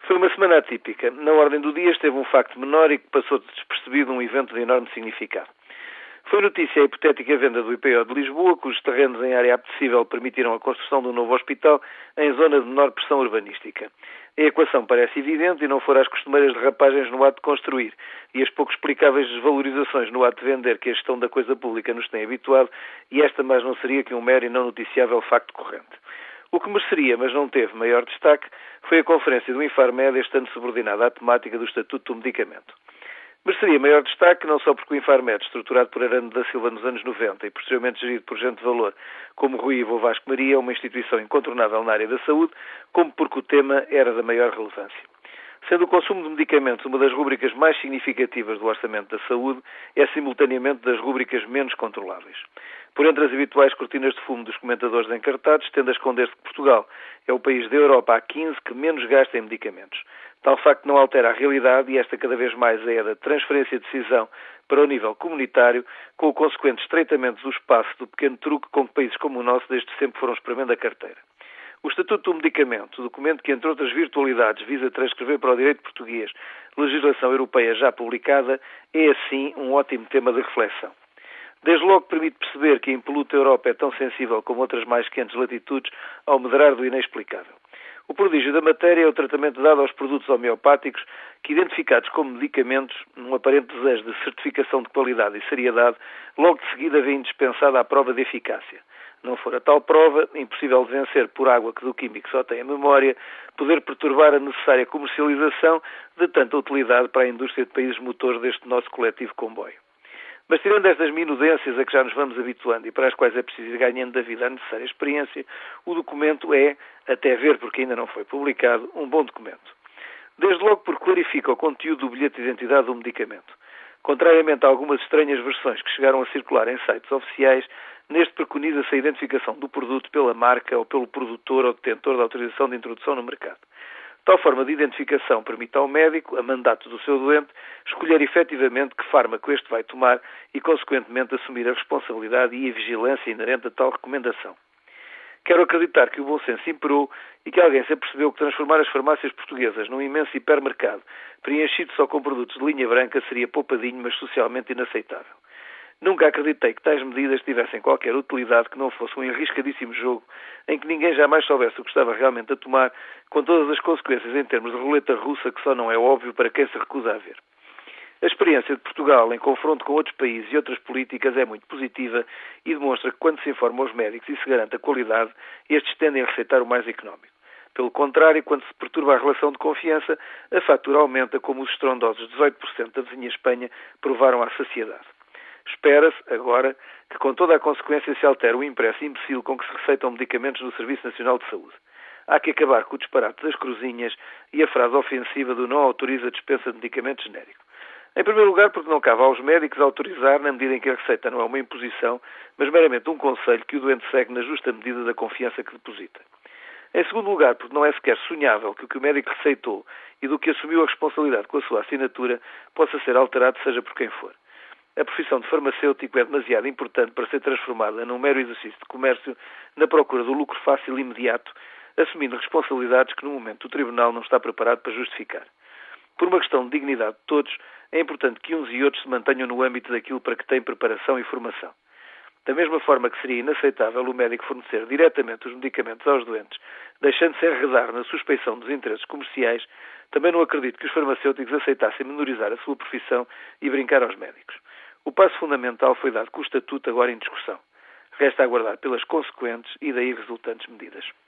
Foi uma semana atípica. Na ordem do dia esteve um facto menor e que passou despercebido um evento de enorme significado. Foi notícia a hipotética venda do IPO de Lisboa, cujos terrenos em área apetecível permitiram a construção de um novo hospital em zona de menor pressão urbanística. A equação parece evidente e não fora as costumeiras derrapagens no ato de construir e as pouco explicáveis desvalorizações no ato de vender que a gestão da coisa pública nos tem habituado, e esta mais não seria que um mero e não noticiável facto corrente. O que mereceria, mas não teve maior destaque, foi a conferência do Infarmed, este ano subordinada à temática do Estatuto do Medicamento. Mereceria maior destaque não só porque o Infarmed, estruturado por Arando da Silva nos anos 90 e posteriormente gerido por gente de valor como Rui Ivo Vasco Maria, uma instituição incontornável na área da saúde, como porque o tema era da maior relevância. Sendo o consumo de medicamentos uma das rúbricas mais significativas do orçamento da saúde, é simultaneamente das rúbricas menos controláveis. Por entre as habituais cortinas de fumo dos comentadores encartados, tende a esconder-se que Portugal é o país da Europa há 15 que menos gasta em medicamentos. Tal facto não altera a realidade e esta cada vez mais é a da transferência de decisão para o nível comunitário, com o consequente estreitamento do espaço do pequeno truque com que países como o nosso desde sempre foram espremendo a carteira. O Estatuto do Medicamento, documento que, entre outras virtualidades, visa transcrever para o direito português legislação europeia já publicada, é, assim, um ótimo tema de reflexão. Desde logo permite perceber que a impoluta Europa é tão sensível como outras mais quentes latitudes ao moderar do inexplicável. O prodígio da matéria é o tratamento dado aos produtos homeopáticos que, identificados como medicamentos, num aparente desejo de certificação de qualidade e seriedade, logo de seguida vem dispensada a prova de eficácia. Não for a tal prova, impossível de vencer por água que do químico só tem a memória, poder perturbar a necessária comercialização de tanta utilidade para a indústria de países motores deste nosso coletivo comboio. Mas tirando estas minudências a que já nos vamos habituando e para as quais é preciso ir ganhando da vida a necessária experiência, o documento é, até ver porque ainda não foi publicado, um bom documento. Desde logo porque clarifica o conteúdo do bilhete de identidade do medicamento. Contrariamente a algumas estranhas versões que chegaram a circular em sites oficiais, neste preconiza-se a identificação do produto pela marca ou pelo produtor ou detentor da autorização de introdução no mercado. Tal forma de identificação permite ao médico, a mandato do seu doente, escolher efetivamente que fármaco este vai tomar e, consequentemente, assumir a responsabilidade e a vigilância inerente a tal recomendação. Quero acreditar que o bom senso imperou e que alguém se apercebeu que transformar as farmácias portuguesas num imenso hipermercado, preenchido só com produtos de linha branca, seria poupadinho, mas socialmente inaceitável. Nunca acreditei que tais medidas tivessem qualquer utilidade que não fosse um arriscadíssimo jogo em que ninguém jamais soubesse o que estava realmente a tomar, com todas as consequências em termos de roleta russa que só não é óbvio para quem se recusa a ver. A experiência de Portugal em confronto com outros países e outras políticas é muito positiva e demonstra que quando se informa os médicos e se garante a qualidade, estes tendem a receitar o mais económico. Pelo contrário, quando se perturba a relação de confiança, a fatura aumenta, como os estrondosos 18% da vizinha Espanha provaram à saciedade. Espera-se, agora, que com toda a consequência se altere o impresso imbecil com que se receitam medicamentos no Serviço Nacional de Saúde. Há que acabar com o disparate das cruzinhas e a frase ofensiva do não autoriza a dispensa de medicamento genérico. Em primeiro lugar, porque não cabe aos médicos autorizar na medida em que a receita não é uma imposição, mas meramente um conselho que o doente segue na justa medida da confiança que deposita. Em segundo lugar, porque não é sequer sonhável que o médico receitou e do que assumiu a responsabilidade com a sua assinatura possa ser alterado, seja por quem for. A profissão de farmacêutico é demasiado importante para ser transformada num mero exercício de comércio na procura do lucro fácil e imediato, assumindo responsabilidades que no momento o Tribunal não está preparado para justificar. Por uma questão de dignidade de todos, é importante que uns e outros se mantenham no âmbito daquilo para que têm preparação e formação. Da mesma forma que seria inaceitável o médico fornecer diretamente os medicamentos aos doentes, deixando-se enredar na suspeição dos interesses comerciais, também não acredito que os farmacêuticos aceitassem menorizar a sua profissão e brincar aos médicos. O passo fundamental foi dado com o Estatuto agora em discussão. Resta aguardar pelas consequentes e daí resultantes medidas.